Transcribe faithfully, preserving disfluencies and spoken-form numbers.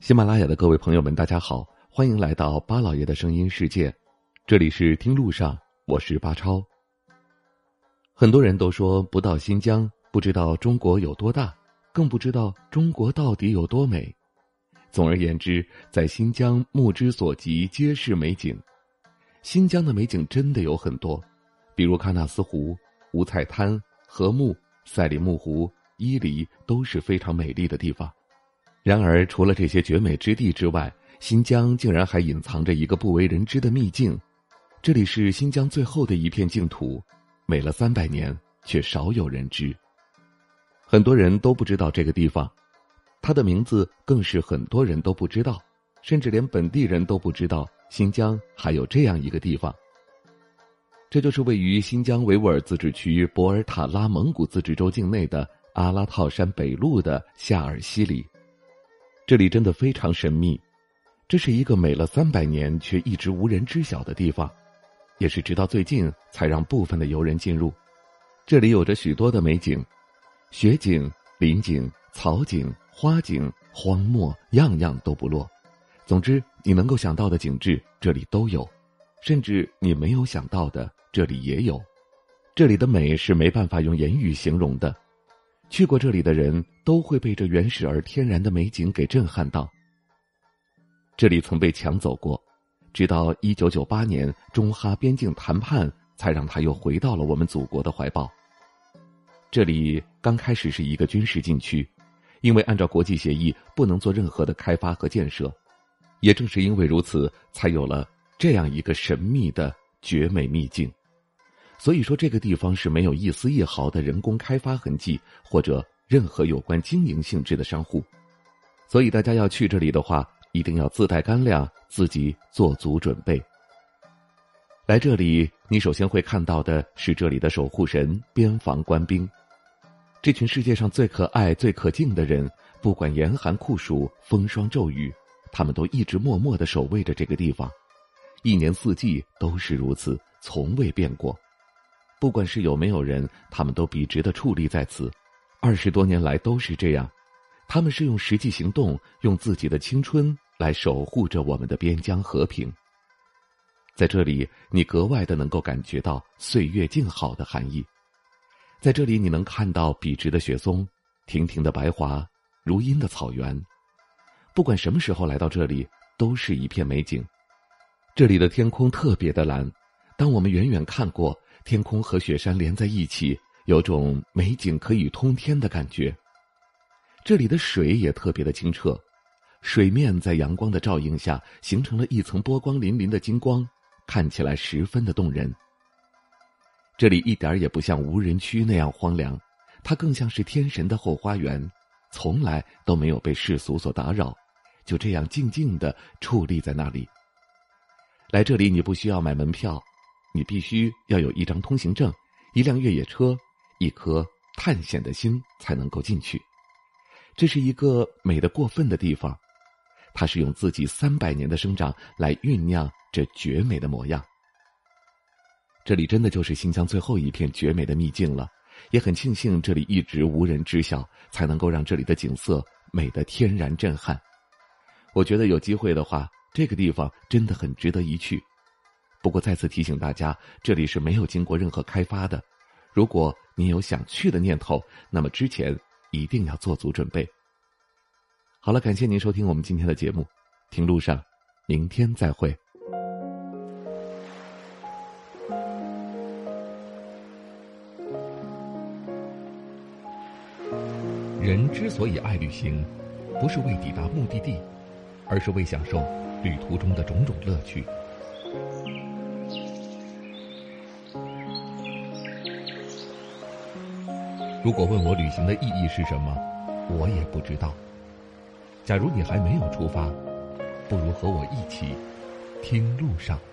喜马拉雅的各位朋友们，大家好，欢迎来到巴老爷的声音世界，这里是听路上，我是巴超。很多人都说不到新疆不知道中国有多大，更不知道中国到底有多美。总而言之，在新疆目之所及皆是美景。新疆的美景真的有很多，比如喀纳斯湖、五彩滩、禾木、赛里木湖、伊犁都是非常美丽的地方。然而除了这些绝美之地之外，新疆竟然还隐藏着一个不为人知的秘境。这里是新疆最后的一片净土，美了三百年却少有人知。很多人都不知道这个地方，它的名字更是很多人都不知道，甚至连本地人都不知道新疆还有这样一个地方。这就是位于新疆维吾尔自治区博尔塔拉蒙古自治州境内的阿拉套山北麓的夏尔西里。这里真的非常神秘，这是一个美了三百年却一直无人知晓的地方，也是直到最近才让部分的游人进入。这里有着许多的美景，雪景、林景、草景、花景、荒漠，样样都不落。总之，你能够想到的景致这里都有，甚至你没有想到的这里也有。这里的美是没办法用言语形容的，去过这里的人都会被这原始而天然的美景给震撼到。这里曾被抢走过，直到一九九八年中哈边境谈判才让它又回到了我们祖国的怀抱。这里刚开始是一个军事禁区，因为按照国际协议不能做任何的开发和建设。也正是因为如此，才有了这样一个神秘的绝美秘境。所以说这个地方是没有一丝一毫的人工开发痕迹，或者任何有关经营性质的商户。所以大家要去这里的话，一定要自带干粮，自己做足准备。来这里，你首先会看到的是这里的守护神边防官兵。这群世界上最可爱最可敬的人，不管严寒酷暑风霜骤雨，他们都一直默默地守卫着这个地方，一年四季都是如此，从未变过。不管是有没有人，他们都笔直地矗立在此，二十多年来都是这样。他们是用实际行动，用自己的青春来守护着我们的边疆和平。在这里，你格外的能够感觉到岁月静好的含义。在这里，你能看到笔直的雪松，亭亭的白桦，如茵的草原。不管什么时候来到这里，都是一片美景。这里的天空特别的蓝，当我们远远看过，天空和雪山连在一起，有种美景可以通天的感觉。这里的水也特别的清澈，水面在阳光的照映下形成了一层波光粼粼的金光，看起来十分的动人。这里一点也不像无人区那样荒凉，它更像是天神的后花园，从来都没有被世俗所打扰，就这样静静地矗立在那里。来这里你不需要买门票，你必须要有一张通行证，一辆越野车，一颗探险的心才能够进去。这是一个美得过分的地方，它是用自己三百年的生长来酝酿这绝美的模样。这里真的就是新疆最后一片绝美的秘境了，也很庆幸这里一直无人知晓，才能够让这里的景色美得天然震撼。我觉得有机会的话，这个地方真的很值得一去。不过再次提醒大家，这里是没有经过任何开发的。如果你有想去的念头，那么之前一定要做足准备。好了，感谢您收听我们今天的节目，听路上，明天再会。 人之所以爱旅行，不是为抵达目的地，而是为享受旅途中的种种乐趣。如果问我旅行的意义是什么，我也不知道。假如你还没有出发，不如和我一起听路上。